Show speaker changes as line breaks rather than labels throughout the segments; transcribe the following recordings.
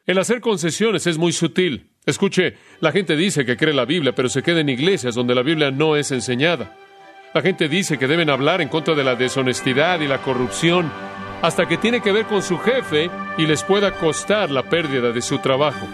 El hacer concesiones es muy sutil. Escuche, la gente dice que cree la Biblia, pero se queda en iglesias donde la Biblia no es enseñada. La gente dice que deben hablar en contra de la deshonestidad y la corrupción, hasta que tiene que ver con su jefe y les pueda costar la pérdida de su trabajo.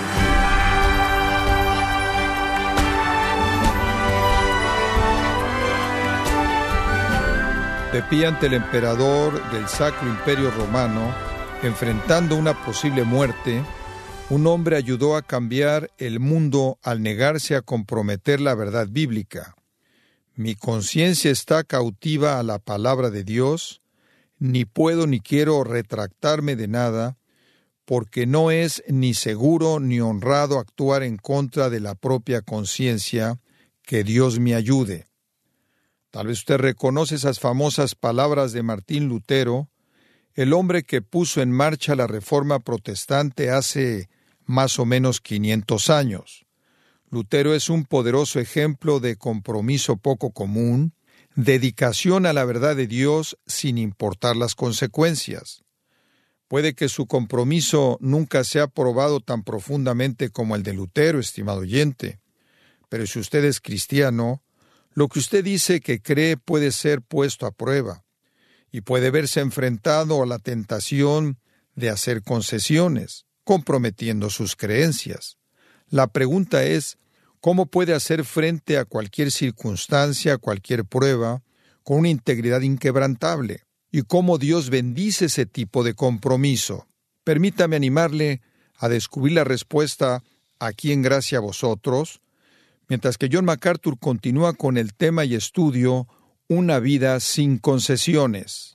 De pie ante el emperador del Sacro Imperio Romano, enfrentando una posible muerte, un hombre ayudó a cambiar el mundo al negarse a comprometer la verdad bíblica. Mi conciencia está cautiva a la palabra de Dios, ni puedo ni quiero retractarme de nada, porque no es ni seguro ni honrado actuar en contra de la propia conciencia. Que Dios me ayude. Tal vez usted reconoce esas famosas palabras de Martín Lutero, el hombre que puso en marcha la Reforma Protestante hace más o menos 500 años. Lutero es un poderoso ejemplo de compromiso poco común, dedicación a la verdad de Dios sin importar las consecuencias. Puede que su compromiso nunca sea probado tan profundamente como el de Lutero, estimado oyente, pero si usted es cristiano, lo que usted dice que cree puede ser puesto a prueba y puede verse enfrentado a la tentación de hacer concesiones, comprometiendo sus creencias. La pregunta es, ¿cómo puede hacer frente a cualquier circunstancia, a cualquier prueba, con una integridad inquebrantable? ¿Y cómo Dios bendice ese tipo de compromiso? Permítame animarle a descubrir la respuesta aquí en Gracia a Vosotros, mientras que John MacArthur continúa con el tema y estudio Una vida sin concesiones.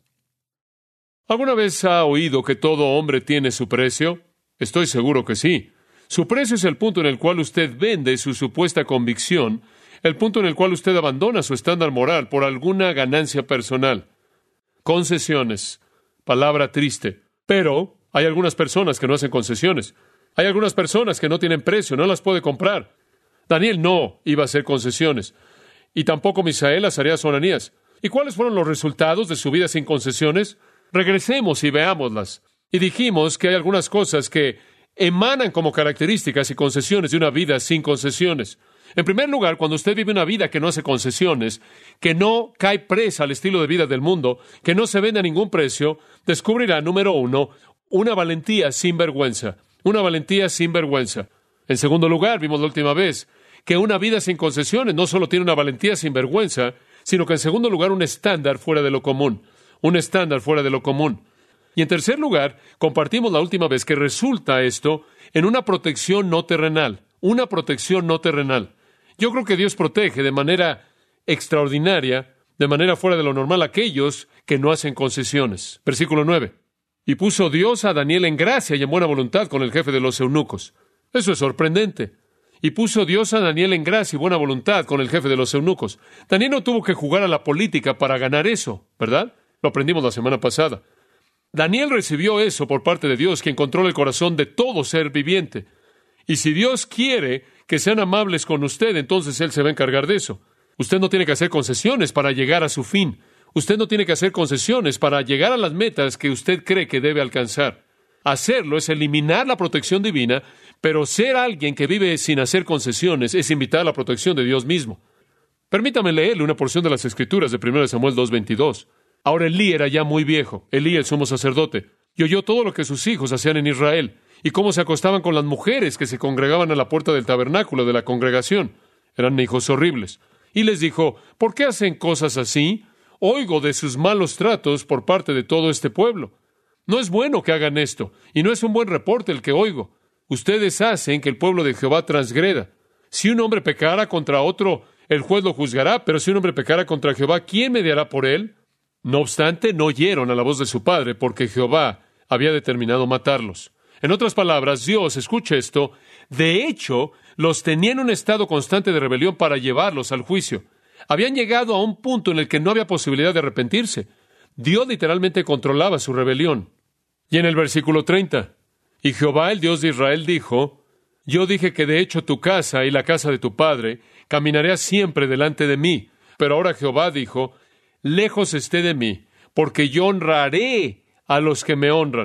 ¿Alguna vez ha oído que todo hombre tiene su precio? Estoy seguro que sí. Su precio es el punto en el cual usted vende su supuesta convicción, el punto en el cual usted abandona su estándar moral por alguna ganancia personal. Concesiones. Palabra triste. Pero hay algunas personas que no hacen concesiones. Hay algunas personas que no tienen precio, no las puede comprar. Daniel no iba a hacer concesiones. Y tampoco Misael, Azarías o Ananías. ¿Y cuáles fueron los resultados de su vida sin concesiones? Regresemos y veámoslas. Y dijimos que hay algunas cosas que emanan como características y concesiones de una vida sin concesiones. En primer lugar, cuando usted vive una vida que no hace concesiones, que no cae presa al estilo de vida del mundo, que no se vende a ningún precio, descubrirá, número uno, una valentía sin vergüenza. Una valentía sin vergüenza. En segundo lugar, vimos la última vez que una vida sin concesiones no solo tiene una valentía sin vergüenza, sino que en segundo lugar un estándar fuera de lo común. Un estándar fuera de lo común. Y en tercer lugar, compartimos la última vez que resulta esto en una protección no terrenal. Una protección no terrenal. Yo creo que Dios protege de manera extraordinaria, de manera fuera de lo normal, a aquellos que no hacen concesiones. Versículo 9. Y puso Dios a Daniel en gracia y en buena voluntad con el jefe de los eunucos. Eso es sorprendente. Y puso Dios a Daniel en gracia y buena voluntad con el jefe de los eunucos. Daniel no tuvo que jugar a la política para ganar eso, ¿verdad? Lo aprendimos la semana pasada. Daniel recibió eso por parte de Dios, quien controla el corazón de todo ser viviente. Y si Dios quiere que sean amables con usted, entonces Él se va a encargar de eso. Usted no tiene que hacer concesiones para llegar a su fin. Usted no tiene que hacer concesiones para llegar a las metas que usted cree que debe alcanzar. Hacerlo es eliminar la protección divina, pero ser alguien que vive sin hacer concesiones es invitar a la protección de Dios mismo. Permítame leerle una porción de las Escrituras de 1 Samuel 2:22. Ahora Elí era ya muy viejo, Elí el sumo sacerdote, y oyó todo lo que sus hijos hacían en Israel, y cómo se acostaban con las mujeres que se congregaban a la puerta del tabernáculo de la congregación. Eran hijos horribles. Y les dijo, ¿por qué hacen cosas así? Oigo de sus malos tratos por parte de todo este pueblo. No es bueno que hagan esto, y no es un buen reporte el que oigo. Ustedes hacen que el pueblo de Jehová transgreda. Si un hombre pecara contra otro, el juez lo juzgará, pero si un hombre pecara contra Jehová, ¿quién mediará por él? No obstante, no oyeron a la voz de su padre, porque Jehová había determinado matarlos. En otras palabras, Dios, escuche esto, de hecho, los tenía en un estado constante de rebelión para llevarlos al juicio. Habían llegado a un punto en el que no había posibilidad de arrepentirse. Dios literalmente controlaba su rebelión. Y en el versículo 30, y Jehová, el Dios de Israel, dijo, yo dije que de hecho tu casa y la casa de tu padre caminaré siempre delante de mí. Pero ahora Jehová dijo, lejos esté de mí, porque yo honraré a los que me honran,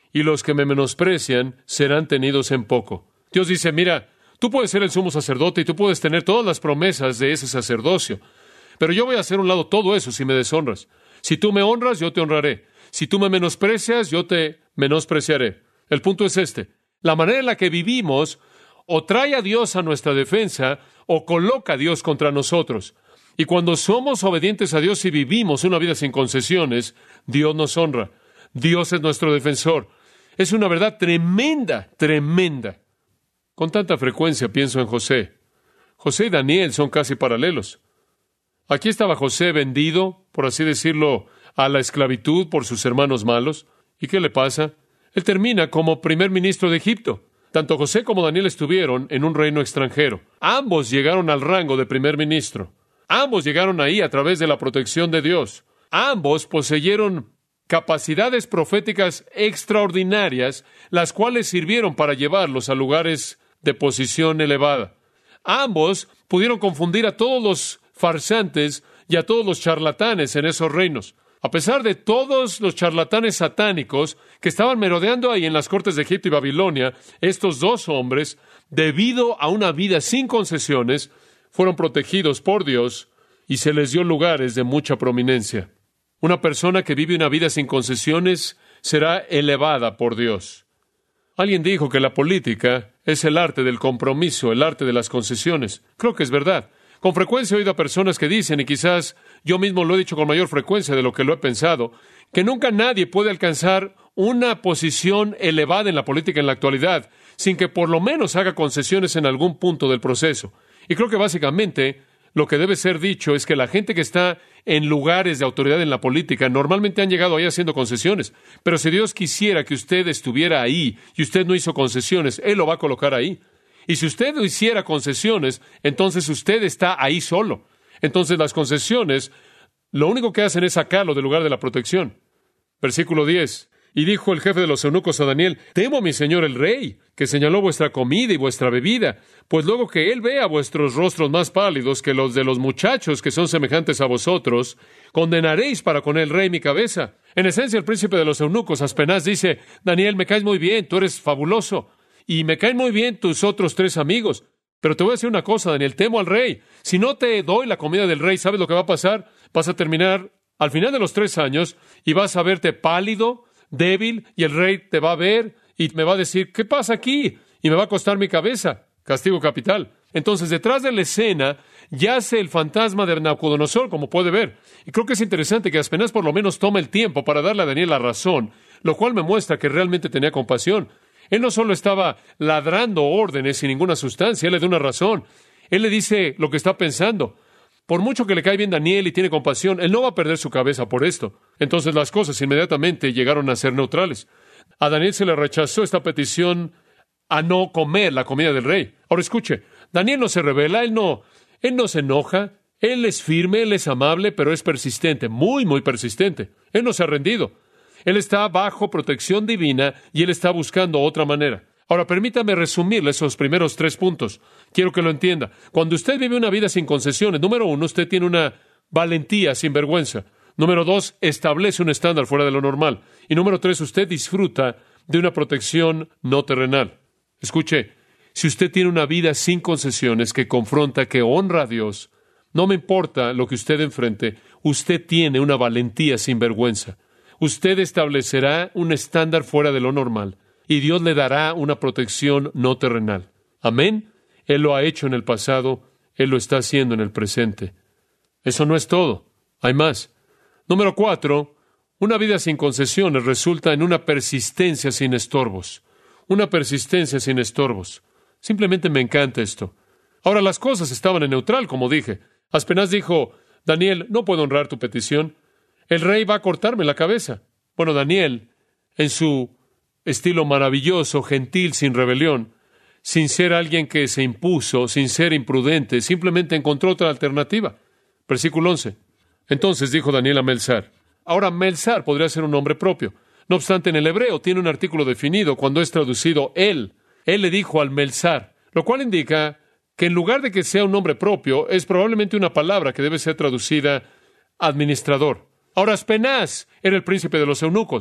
y los que me menosprecian serán tenidos en poco. Dios dice, mira, tú puedes ser el sumo sacerdote y tú puedes tener todas las promesas de ese sacerdocio, pero yo voy a hacer a un lado todo eso si me deshonras. Si tú me honras, yo te honraré. Si tú me menosprecias, yo te menospreciaré. El punto es este. La manera en la que vivimos o trae a Dios a nuestra defensa o coloca a Dios contra nosotros. Y cuando somos obedientes a Dios y vivimos una vida sin concesiones, Dios nos honra. Dios es nuestro defensor. Es una verdad tremenda, tremenda. Con tanta frecuencia pienso en José. José y Daniel son casi paralelos. Aquí estaba José vendido, por así decirlo, a la esclavitud por sus hermanos malos. ¿Y qué le pasa? Él termina como primer ministro de Egipto. Tanto José como Daniel estuvieron en un reino extranjero. Ambos llegaron al rango de primer ministro. Ambos llegaron ahí a través de la protección de Dios. Ambos poseyeron capacidades proféticas extraordinarias, las cuales sirvieron para llevarlos a lugares de posición elevada. Ambos pudieron confundir a todos los farsantes y a todos los charlatanes en esos reinos. A pesar de todos los charlatanes satánicos que estaban merodeando ahí en las cortes de Egipto y Babilonia, estos dos hombres, debido a una vida sin concesiones, fueron protegidos por Dios y se les dio lugares de mucha prominencia. Una persona que vive una vida sin concesiones será elevada por Dios. Alguien dijo que la política es el arte del compromiso, el arte de las concesiones. Creo que es verdad. Con frecuencia he oído a personas que dicen, y quizás yo mismo lo he dicho con mayor frecuencia de lo que lo he pensado, que nunca nadie puede alcanzar una posición elevada en la política en la actualidad sin que por lo menos haga concesiones en algún punto del proceso. Y creo que básicamente lo que debe ser dicho es que la gente que está en lugares de autoridad en la política normalmente han llegado ahí haciendo concesiones. Pero si Dios quisiera que usted estuviera ahí y usted no hizo concesiones, Él lo va a colocar ahí. Y si usted no hiciera concesiones, entonces usted está ahí solo. Entonces las concesiones, lo único que hacen es sacarlo del lugar de la protección. Versículo 10. Y dijo el jefe de los eunucos a Daniel, temo, mi señor el rey, que señaló vuestra comida y vuestra bebida, pues luego que él vea vuestros rostros más pálidos que los de los muchachos que son semejantes a vosotros, condenaréis para con el rey mi cabeza. En esencia, el príncipe de los eunucos, Aspenaz, dice, Daniel, me caes muy bien, tú eres fabuloso. Y me caen muy bien tus otros 3 amigos. Pero te voy a decir una cosa, Daniel, temo al rey. Si no te doy la comida del rey, ¿sabes lo que va a pasar? Vas a terminar al final de los 3 años y vas a verte pálido, débil, y el rey te va a ver y me va a decir, ¿qué pasa aquí? Y me va a costar mi cabeza. Castigo capital. Entonces, detrás de la escena yace el fantasma de Nabucodonosor, como puede ver. Y creo que es interesante que Aspenaz por lo menos tome el tiempo para darle a Daniel la razón, lo cual me muestra que realmente tenía compasión. Él no solo estaba ladrando órdenes sin ninguna sustancia, él le da una razón. Él le dice lo que está pensando. Por mucho que le cae bien Daniel y tiene compasión, él no va a perder su cabeza por esto. Entonces las cosas inmediatamente llegaron a ser neutrales. A Daniel se le rechazó esta petición a no comer la comida del rey. Ahora escuche, Daniel no se rebela, él no se enoja, él es firme, él es amable, pero es persistente, muy, muy persistente. Él no se ha rendido. Él está bajo protección divina y él está buscando otra manera. Ahora, permítame resumirle esos primeros 3 puntos. Quiero que lo entienda. Cuando usted vive una vida sin concesiones, número 1, usted tiene una valentía sin vergüenza. Número 2, establece un estándar fuera de lo normal. Y número 3, usted disfruta de una protección no terrenal. Escuche, si usted tiene una vida sin concesiones que confronta, que honra a Dios, no me importa lo que usted enfrente, usted tiene una valentía sin vergüenza. Usted establecerá un estándar fuera de lo normal y Dios le dará una protección no terrenal. Amén. Él lo ha hecho en el pasado, Él lo está haciendo en el presente. Eso no es todo. Hay más. Número 4, una vida sin concesiones resulta en una persistencia sin estorbos. Una persistencia sin estorbos. Simplemente me encanta esto. Ahora, las cosas estaban en neutral, como dije. Aspenaz dijo, Daniel, no puedo honrar tu petición. El rey va a cortarme la cabeza. Bueno, Daniel, en su estilo maravilloso, gentil, sin rebelión, sin ser alguien que se impuso, sin ser imprudente, simplemente encontró otra alternativa. Versículo 11. Entonces dijo Daniel a Melzar. Ahora, Melzar podría ser un nombre propio. No obstante, en el hebreo tiene un artículo definido cuando es traducido él. Él le dijo al Melzar, lo cual indica que en lugar de que sea un nombre propio, es probablemente una palabra que debe ser traducida administrador. Ahora, Aspenaz era el príncipe de los eunucos.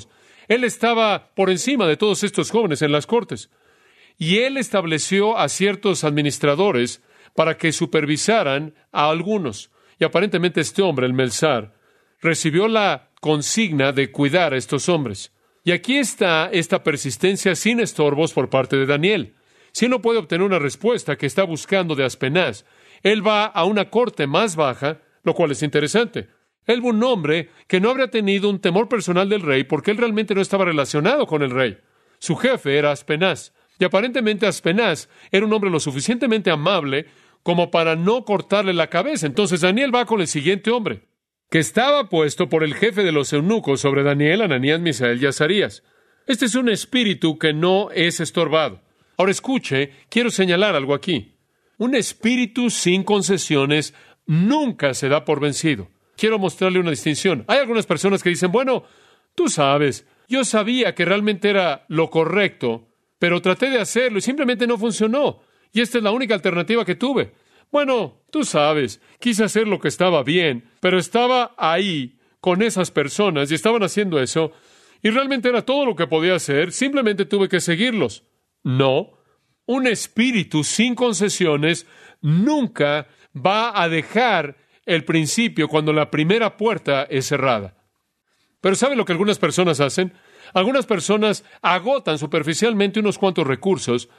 Él estaba por encima de todos estos jóvenes en las cortes. Y él estableció a ciertos administradores para que supervisaran a algunos. Y aparentemente este hombre, el Melsar, recibió la consigna de cuidar a estos hombres. Y aquí está esta persistencia sin estorbos por parte de Daniel. Si él no puede obtener una respuesta que está buscando de Aspenaz, él va a una corte más baja, lo cual es interesante. Él fue un hombre que no habría tenido un temor personal del rey porque él realmente no estaba relacionado con el rey. Su jefe era Aspenaz. Y aparentemente Aspenaz era un hombre lo suficientemente amable como para no cortarle la cabeza. Entonces Daniel va con el siguiente hombre, que estaba puesto por el jefe de los eunucos sobre Daniel, Ananías, Misael y Azarías. Este es un espíritu que no es estorbado. Ahora escuche, quiero señalar algo aquí. Un espíritu sin concesiones nunca se da por vencido. Quiero mostrarle una distinción. Hay algunas personas que dicen, bueno, tú sabes, yo sabía que realmente era lo correcto, pero traté de hacerlo y simplemente no funcionó. Y esta es la única alternativa que tuve. Bueno, tú sabes, quise hacer lo que estaba bien, pero estaba ahí con esas personas y estaban haciendo eso, y realmente era todo lo que podía hacer, simplemente tuve que seguirlos. No, un espíritu sin concesiones nunca va a dejar el principio cuando la primera puerta es cerrada. Pero ¿sabe lo que algunas personas hacen? Algunas personas agotan superficialmente unos cuantos recursos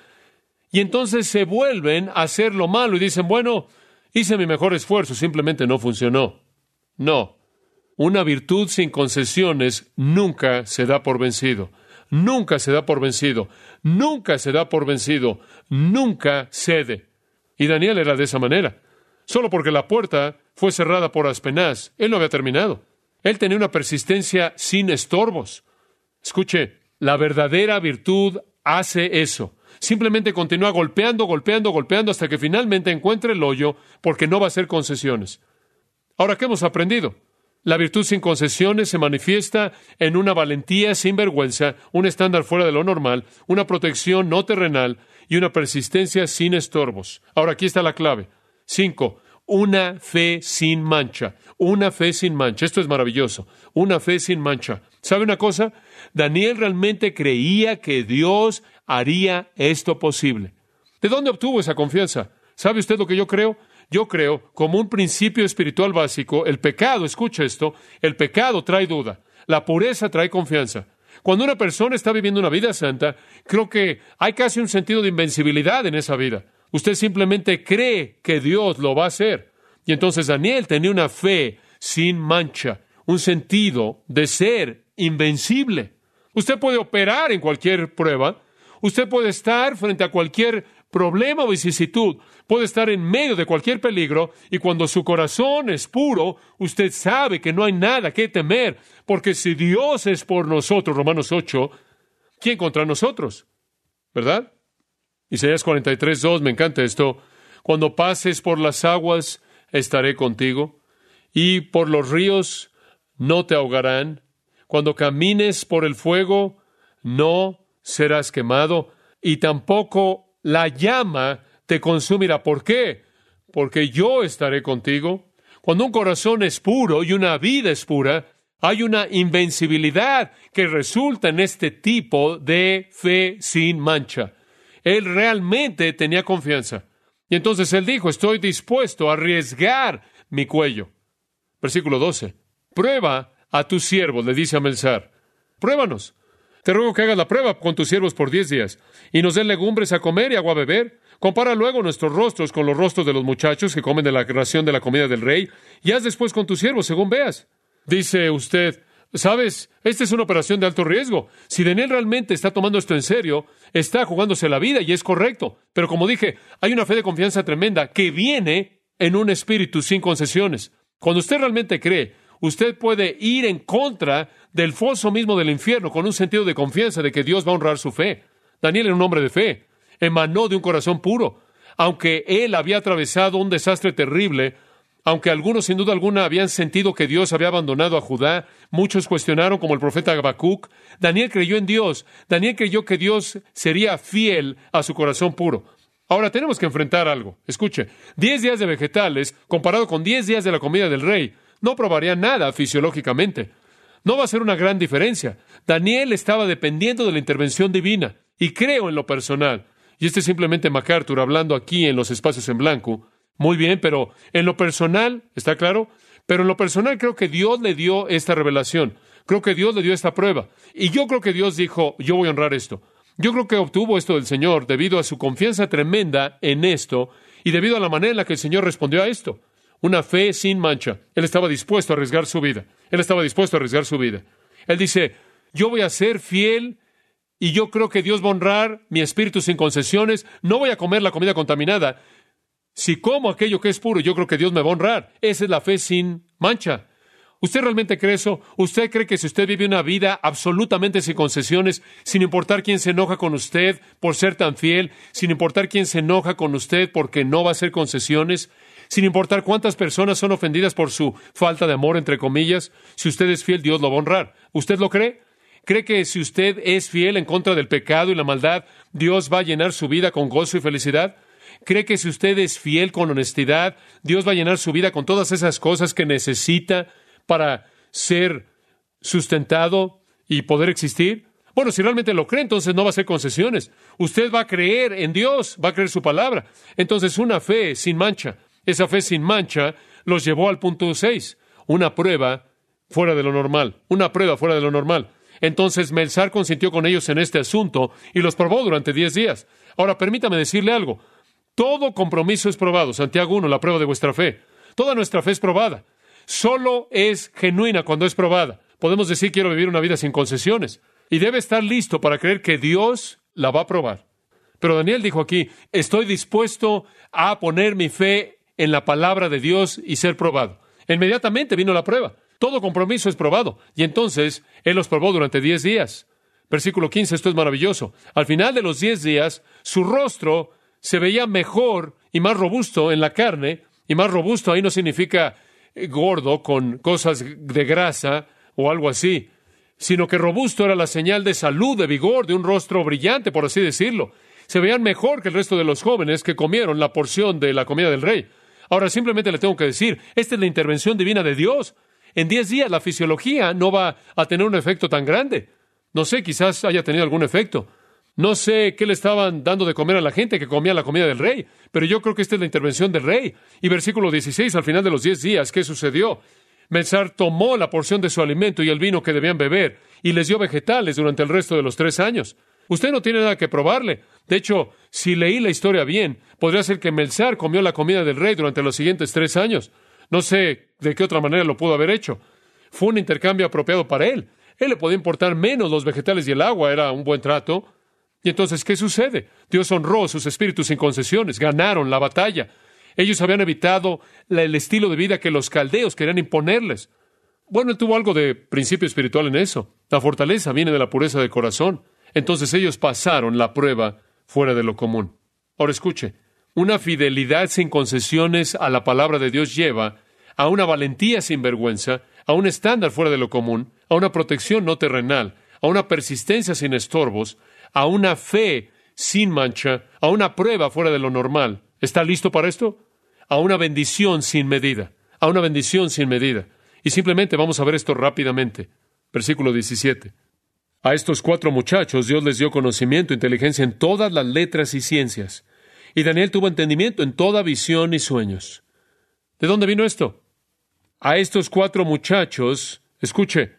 y entonces se vuelven a hacer lo malo y dicen, bueno, hice mi mejor esfuerzo, simplemente no funcionó. No, una virtud sin concesiones nunca se da por vencido. Nunca se da por vencido. Nunca se da por vencido. Nunca cede. Y Daniel era de esa manera. Solo porque la puerta fue cerrada por Aspenaz, él no había terminado. Él tenía una persistencia sin estorbos. Escuche, la verdadera virtud hace eso. Simplemente continúa golpeando hasta que finalmente encuentre el hoyo porque no va a hacer concesiones. Ahora, ¿qué hemos aprendido? La virtud sin concesiones se manifiesta en una valentía sin vergüenza, un estándar fuera de lo normal, una protección no terrenal y una persistencia sin estorbos. Ahora, aquí está la clave. 5. Una fe sin mancha. Una fe sin mancha. Esto es maravilloso. Una fe sin mancha. ¿Sabe una cosa? Daniel realmente creía que Dios haría esto posible. ¿De dónde obtuvo esa confianza? ¿Sabe usted lo que yo creo? Yo creo, como un principio espiritual básico, el pecado, escucha esto, el pecado trae duda, la pureza trae confianza. Cuando una persona está viviendo una vida santa, creo que hay casi un sentido de invencibilidad en esa vida. Usted simplemente cree que Dios lo va a hacer. Y entonces Daniel tenía una fe sin mancha, un sentido de ser invencible. Usted puede operar en cualquier prueba, usted puede estar frente a cualquier problema o vicisitud, puede estar en medio de cualquier peligro, y cuando su corazón es puro, usted sabe que no hay nada que temer, porque si Dios es por nosotros, Romanos 8, ¿quién contra nosotros? ¿Verdad? Isaías 43:2, me encanta esto. Cuando pases por las aguas, estaré contigo, y por los ríos no te ahogarán. Cuando camines por el fuego, no serás quemado, y tampoco la llama te consumirá. ¿Por qué? Porque yo estaré contigo. Cuando un corazón es puro y una vida es pura, hay una invencibilidad que resulta en este tipo de fe sin mancha. Él realmente tenía confianza. Y entonces él dijo, estoy dispuesto a arriesgar mi cuello. Versículo 12. Prueba a tus siervos, le dice a Melsar. Pruébanos. Te ruego que hagas la prueba con tus siervos por 10 días, y nos den legumbres a comer y agua a beber. Compara luego nuestros rostros con los rostros de los muchachos que comen de la ración de la comida del rey, y haz después con tus siervos según veas. Dice usted, ¿sabes? Esta es una operación de alto riesgo. Si Daniel realmente está tomando esto en serio, está jugándose la vida, y es correcto. Pero como dije, hay una fe de confianza tremenda que viene en un espíritu sin concesiones. Cuando usted realmente cree, usted puede ir en contra del foso mismo del infierno con un sentido de confianza de que Dios va a honrar su fe. Daniel era un hombre de fe. Emanó de un corazón puro. Aunque él había atravesado un desastre terrible, aunque algunos sin duda alguna habían sentido que Dios había abandonado a Judá, muchos cuestionaron como el profeta Habacuc, Daniel creyó en Dios. Daniel creyó que Dios sería fiel a su corazón puro. Ahora tenemos que enfrentar algo. Escuche, 10 días de vegetales comparado con 10 días de la comida del rey no probaría nada fisiológicamente. No va a ser una gran diferencia. Daniel estaba dependiendo de la intervención divina, y creo en lo personal. Y este es simplemente MacArthur hablando aquí en los espacios en blanco. Muy bien, pero en lo personal, ¿está claro? Pero en lo personal creo que Dios le dio esta revelación. Creo que Dios le dio esta prueba. Y yo creo que Dios dijo, yo voy a honrar esto. Yo creo que obtuvo esto del Señor debido a su confianza tremenda en esto y debido a la manera en la que el Señor respondió a esto. Una fe sin mancha. Él estaba dispuesto a arriesgar su vida. Él estaba dispuesto a arriesgar su vida. Él dice, yo voy a ser fiel y yo creo que Dios va a honrar mi espíritu sin concesiones. No voy a comer la comida contaminada. Si como aquello que es puro, yo creo que Dios me va a honrar. Esa es la fe sin mancha. ¿Usted realmente cree eso? ¿Usted cree que si usted vive una vida absolutamente sin concesiones, sin importar quién se enoja con usted por ser tan fiel, sin importar quién se enoja con usted porque no va a hacer concesiones, sin importar cuántas personas son ofendidas por su falta de amor, entre comillas, si usted es fiel, Dios lo va a honrar? ¿Usted lo cree? ¿Cree que si usted es fiel en contra del pecado y la maldad, Dios va a llenar su vida con gozo y felicidad? ¿Cree que si usted es fiel con honestidad, Dios va a llenar su vida con todas esas cosas que necesita para ser sustentado y poder existir? Bueno, si realmente lo cree, entonces no va a hacer concesiones. Usted va a creer en Dios, va a creer su palabra. Entonces, una fe sin mancha. Esa fe sin mancha los llevó al punto 6. Una prueba fuera de lo normal. Una prueba fuera de lo normal. Entonces, Melzar consintió con ellos en este asunto y los probó durante 10 días. Ahora, permítame decirle algo. Todo compromiso es probado. Santiago 1, la prueba de vuestra fe. Toda nuestra fe es probada. Solo es genuina cuando es probada. Podemos decir, quiero vivir una vida sin concesiones. Y debe estar listo para creer que Dios la va a probar. Pero Daniel dijo aquí, estoy dispuesto a poner mi fe en la palabra de Dios y ser probado. Inmediatamente vino la prueba. Todo compromiso es probado. Y entonces, Él los probó durante 10 días. Versículo 15, esto es maravilloso. Al final de los 10 días, su rostro se veía mejor y más robusto en la carne. Y más robusto ahí no significa gordo con cosas de grasa o algo así, sino que robusto era la señal de salud, de vigor, de un rostro brillante, por así decirlo. Se veían mejor que el resto de los jóvenes que comieron la porción de la comida del rey. Ahora, simplemente le tengo que decir, esta es la intervención divina de Dios. En 10 días la fisiología no va a tener un efecto tan grande. No sé, quizás haya tenido algún efecto. No sé qué le estaban dando de comer a la gente que comía la comida del rey, pero yo creo que esta es la intervención del rey. Y versículo 16, al final de los 10 días, ¿qué sucedió? Melzar tomó la porción de su alimento y el vino que debían beber, y les dio vegetales durante el resto de los 3 años. Usted no tiene nada que probarle. De hecho, si leí la historia bien, podría ser que Melzar comió la comida del rey durante los siguientes 3 años. No sé de qué otra manera lo pudo haber hecho. Fue un intercambio apropiado para él. Él le podía importar menos los vegetales y el agua, era un buen trato. Y entonces, ¿qué sucede? Dios honró sus espíritus sin concesiones, ganaron la batalla. Ellos habían evitado el estilo de vida que los caldeos querían imponerles. Bueno, él tuvo algo de principio espiritual en eso. La fortaleza viene de la pureza de corazón. Entonces ellos pasaron la prueba fuera de lo común. Ahora escuche, una fidelidad sin concesiones a la palabra de Dios lleva a una valentía sin vergüenza, a un estándar fuera de lo común, a una protección no terrenal, a una persistencia sin estorbos, a una fe sin mancha, a una prueba fuera de lo normal. ¿Está listo para esto? A una bendición sin medida, a una bendición sin medida. Y simplemente vamos a ver esto rápidamente. Versículo 17. A estos 4 muchachos Dios les dio conocimiento e inteligencia en todas las letras y ciencias. Y Daniel tuvo entendimiento en toda visión y sueños. ¿De dónde vino esto? A estos 4 muchachos, escuche,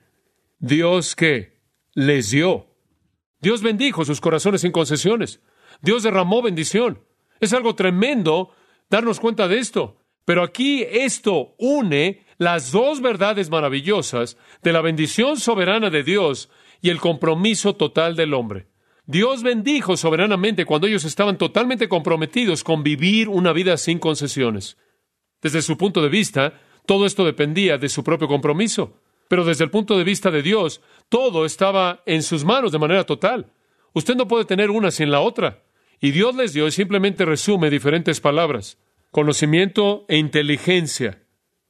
Dios ¿qué? Les dio. Dios bendijo sus corazones sin concesiones. Dios derramó bendición. Es algo tremendo darnos cuenta de esto. Pero aquí esto une las 2 verdades maravillosas de la bendición soberana de Dios y el compromiso total del hombre. Dios bendijo soberanamente cuando ellos estaban totalmente comprometidos con vivir una vida sin concesiones. Desde su punto de vista, todo esto dependía de su propio compromiso. Pero desde el punto de vista de Dios, todo estaba en sus manos de manera total. Usted no puede tener una sin la otra. Y Dios les dio, y simplemente resume diferentes palabras: conocimiento e inteligencia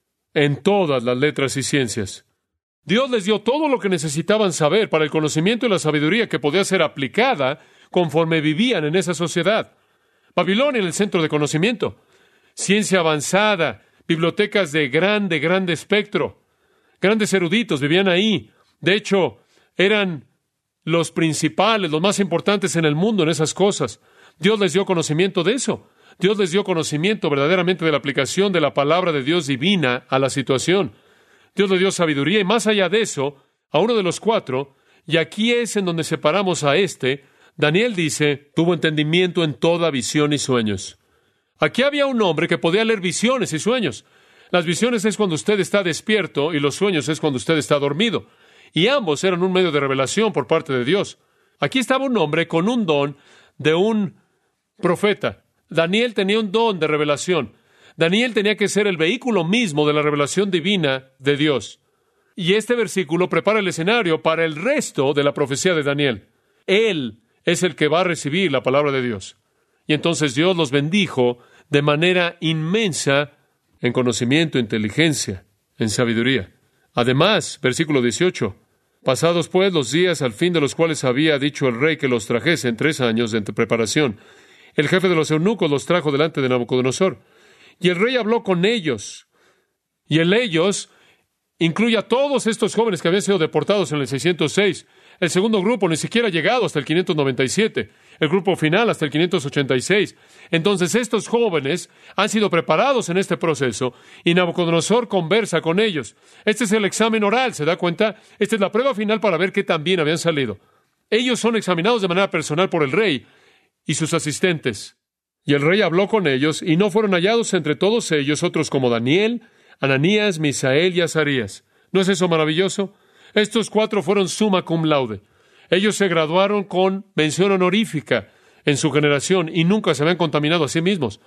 en todas las letras y ciencias. Dios les dio todo lo que necesitaban saber para el conocimiento y la sabiduría que podía ser aplicada conforme vivían en esa sociedad. Babilonia en el centro de conocimiento. Ciencia avanzada, bibliotecas de grande espectro. Grandes eruditos vivían ahí. De hecho, eran los principales, los más importantes en el mundo en esas cosas. Dios les dio conocimiento de eso. Dios les dio conocimiento verdaderamente de la aplicación de la palabra de Dios divina a la situación. Dios les dio sabiduría y más allá de eso, a uno de los cuatro, y aquí es en donde separamos a Daniel dice, tuvo entendimiento en toda visión y sueños. Aquí había un hombre que podía leer visiones y sueños. Las visiones es cuando usted está despierto y los sueños es cuando usted está dormido. Y ambos eran un medio de revelación por parte de Dios. Aquí estaba un hombre con un don de un profeta. Daniel tenía un don de revelación. Daniel tenía que ser el vehículo mismo de la revelación divina de Dios. Y este versículo prepara el escenario para el resto de la profecía de Daniel. Él es el que va a recibir la palabra de Dios. Y entonces Dios los bendijo de manera inmensa en conocimiento, inteligencia, en sabiduría. Además, versículo 18, pasados pues los días al fin de los cuales había dicho el rey que los trajese en 3 años de preparación, el jefe de los eunucos los trajo delante de Nabucodonosor. Y el rey habló con ellos. Y en ellos incluye a todos estos jóvenes que habían sido deportados en el 606. El segundo grupo ni siquiera ha llegado hasta el 597. El grupo final hasta el 586. Entonces estos jóvenes han sido preparados en este proceso y Nabucodonosor conversa con ellos. Este es el examen oral, ¿se da cuenta? Esta es la prueba final para ver qué tan bien habían salido. Ellos son examinados de manera personal por el rey y sus asistentes. Y el rey habló con ellos y no fueron hallados entre todos ellos otros como Daniel, Ananías, Misael y Azarías. ¿No es eso maravilloso? Estos 4 fueron summa cum laude. Ellos se graduaron con mención honorífica en su generación y nunca se habían contaminado a sí mismos.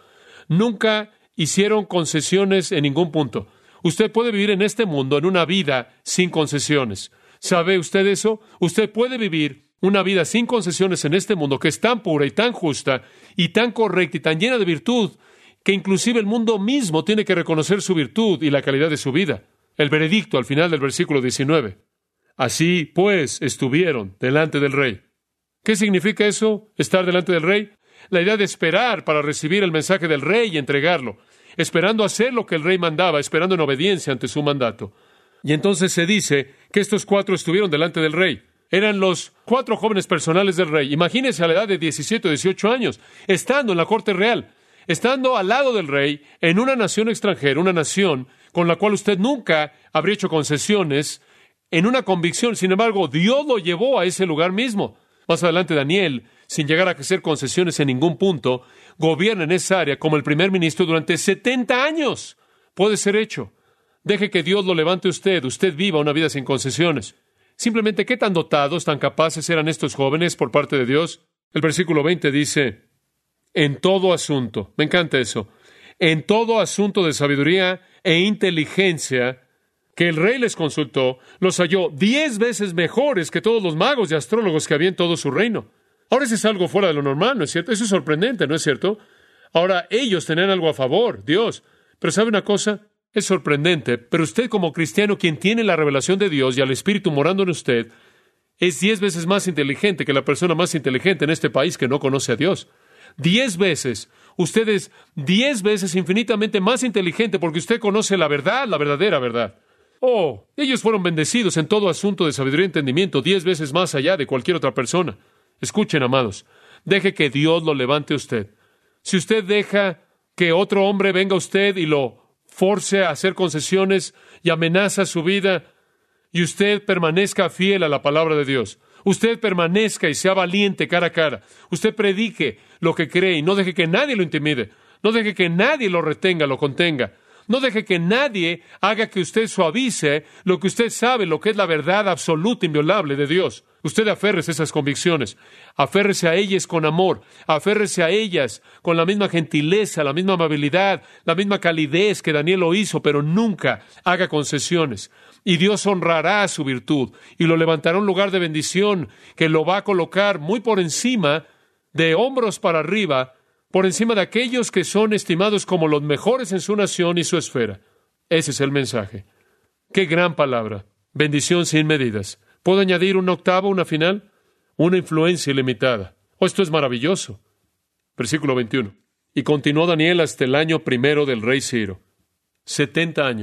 Nunca hicieron concesiones en ningún punto. Usted puede vivir en este mundo en una vida sin concesiones. ¿Sabe usted eso? Usted puede vivir una vida sin concesiones en este mundo que es tan pura y tan justa y tan correcta y tan llena de virtud que inclusive el mundo mismo tiene que reconocer su virtud y la calidad de su vida. El veredicto al final del versículo 19. Así, pues, estuvieron delante del rey. ¿Qué significa eso? ¿Estar delante del rey? La idea de esperar para recibir el mensaje del rey y entregarlo. Esperando hacer lo que el rey mandaba, esperando en obediencia ante su mandato. Y entonces se dice que estos 4 estuvieron delante del rey. Eran los 4 jóvenes personales del rey. Imagínense a la edad de 17 o 18 años, estando en la corte real, estando al lado del rey, en una nación extranjera, una nación con la cual usted nunca habría hecho concesiones, en una convicción. Sin embargo, Dios lo llevó a ese lugar mismo. Más adelante, Daniel, sin llegar a hacer concesiones en ningún punto, gobierna en esa área como el primer ministro durante 70 años. Puede ser hecho. Deje que Dios lo levante a usted. Usted viva una vida sin concesiones. Simplemente, ¿qué tan dotados, tan capaces eran estos jóvenes por parte de Dios? El versículo 20 dice, en todo asunto, me encanta eso, en todo asunto de sabiduría e inteligencia que el rey les consultó, los halló 10 veces mejores que todos los magos y astrólogos que había en todo su reino. Ahora eso es algo fuera de lo normal, ¿no es cierto? Eso es sorprendente, ¿no es cierto? Ahora ellos tenían algo a favor, Dios. Pero ¿sabe una cosa? Es sorprendente, pero usted como cristiano, quien tiene la revelación de Dios y al Espíritu morando en usted, es 10 veces más inteligente que la persona más inteligente en este país que no conoce a Dios. 10 veces. Usted es 10 veces infinitamente más inteligente porque usted conoce la verdad, la verdadera verdad. Oh, ellos fueron bendecidos en todo asunto de sabiduría y entendimiento 10 veces más allá de cualquier otra persona. Escuchen, amados, deje que Dios lo levante a usted. Si usted deja que otro hombre venga a usted y lo force a hacer concesiones y amenaza su vida, y usted permanezca fiel a la palabra de Dios, usted permanezca y sea valiente cara a cara, usted predique lo que cree y no deje que nadie lo intimide, no deje que nadie lo retenga, lo contenga. No deje que nadie haga que usted suavice lo que usted sabe, lo que es la verdad absoluta, inviolable de Dios. Usted aférrese a esas convicciones, aférrese a ellas con amor, aférrese a ellas con la misma gentileza, la misma amabilidad, la misma calidez que Daniel lo hizo, pero nunca haga concesiones. Y Dios honrará su virtud y lo levantará a un lugar de bendición que lo va a colocar muy por encima, de hombros para arriba, por encima de aquellos que son estimados como los mejores en su nación y su esfera. Ese es el mensaje. ¡Qué gran palabra! Bendición sin medidas. ¿Puedo añadir una octava, una final? Una influencia ilimitada. Oh, esto es maravilloso. Versículo 21. Y continuó Daniel hasta el año 1 del rey Ciro. 70 años.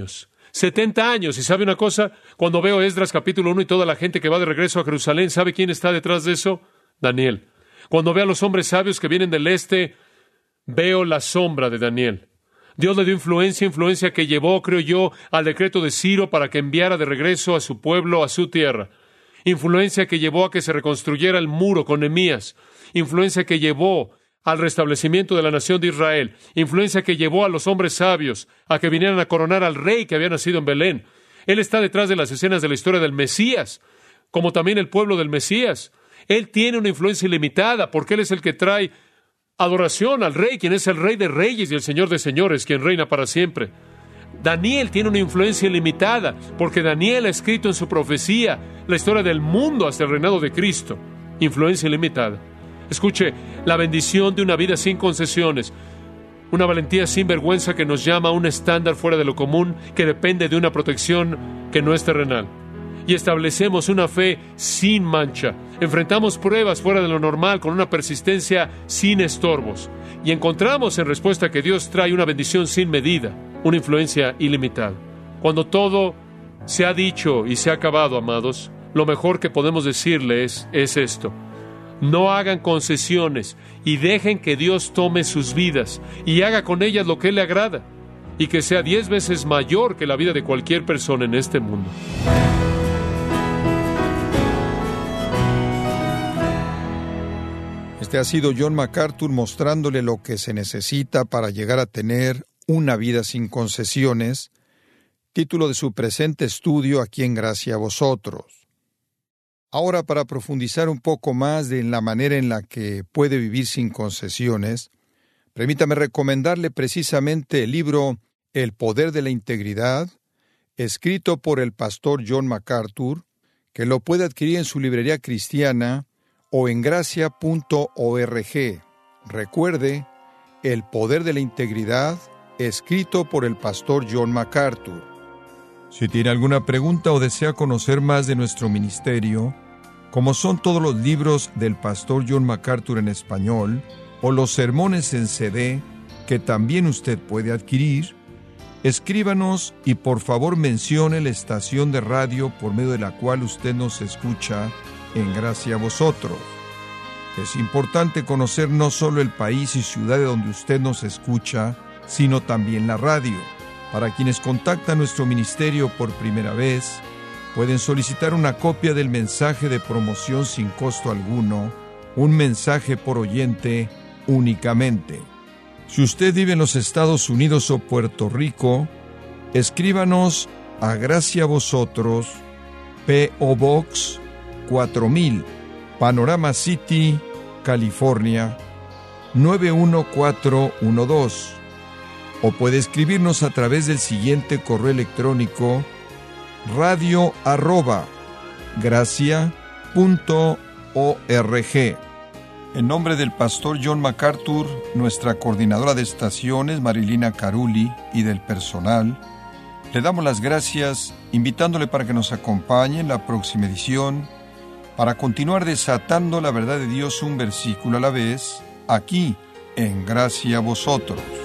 70 años. ¿Y sabe una cosa? Cuando veo Esdras capítulo 1 y toda la gente que va de regreso a Jerusalén, ¿sabe quién está detrás de eso? Daniel. Cuando veo a los hombres sabios que vienen del este, veo la sombra de Daniel. Dios le dio influencia que llevó, creo yo, al decreto de Ciro para que enviara de regreso a su pueblo, a su tierra. Influencia que llevó a que se reconstruyera el muro con Nehemías. Influencia que llevó al restablecimiento de la nación de Israel. Influencia que llevó a los hombres sabios a que vinieran a coronar al rey que había nacido en Belén. Él está detrás de las escenas de la historia del Mesías, como también el pueblo del Mesías. Él tiene una influencia ilimitada porque Él es el que trae adoración al Rey, quien es el Rey de Reyes y el Señor de Señores, quien reina para siempre. Daniel tiene una influencia ilimitada, porque Daniel ha escrito en su profecía la historia del mundo hasta el reinado de Cristo. Influencia ilimitada. Escuche, la bendición de una vida sin concesiones, una valentía sin vergüenza que nos llama a un estándar fuera de lo común, que depende de una protección que no es terrenal. Y establecemos una fe sin mancha. Enfrentamos pruebas fuera de lo normal con una persistencia sin estorbos. Y encontramos en respuesta que Dios trae una bendición sin medida, una influencia ilimitada. Cuando todo se ha dicho y se ha acabado, amados, lo mejor que podemos decirles es esto: no hagan concesiones y dejen que Dios tome sus vidas y haga con ellas lo que Él le agrada, y que sea 10 veces mayor que la vida de cualquier persona en este mundo.
Este ha sido John MacArthur mostrándole lo que se necesita para llegar a tener una vida sin concesiones, título de su presente estudio aquí en Gracia a Vosotros. Ahora, para profundizar un poco más en la manera en la que puede vivir sin concesiones, permítame recomendarle precisamente el libro El Poder de la Integridad, escrito por el pastor John MacArthur, que lo puede adquirir en su librería cristiana o en gracia.org. Recuerde, El Poder de la Integridad, escrito por el pastor John MacArthur. Si tiene alguna pregunta o desea conocer más de nuestro ministerio, como son todos los libros del pastor John MacArthur en español, o los sermones en CD, que también usted puede adquirir, escríbanos y por favor mencione la estación de radio por medio de la cual usted nos escucha en Gracia a Vosotros. Es importante conocer no solo el país y ciudad de donde usted nos escucha, sino también la radio. Para quienes contactan nuestro ministerio por primera vez, pueden solicitar una copia del mensaje de promoción sin costo alguno, un mensaje por oyente únicamente. Si usted vive en los Estados Unidos o Puerto Rico, escríbanos a Gracia a Vosotros, P.O. Box 4000, Panorama City, California, 91412. O puede escribirnos a través del siguiente correo electrónico: radio@gracia.org. En nombre del pastor John MacArthur, nuestra coordinadora de estaciones, Marilina Carulli, y del personal, le damos las gracias, invitándole para que nos acompañe en la próxima edición, para continuar desatando la verdad de Dios un versículo a la vez, aquí en Gracia a Vosotros.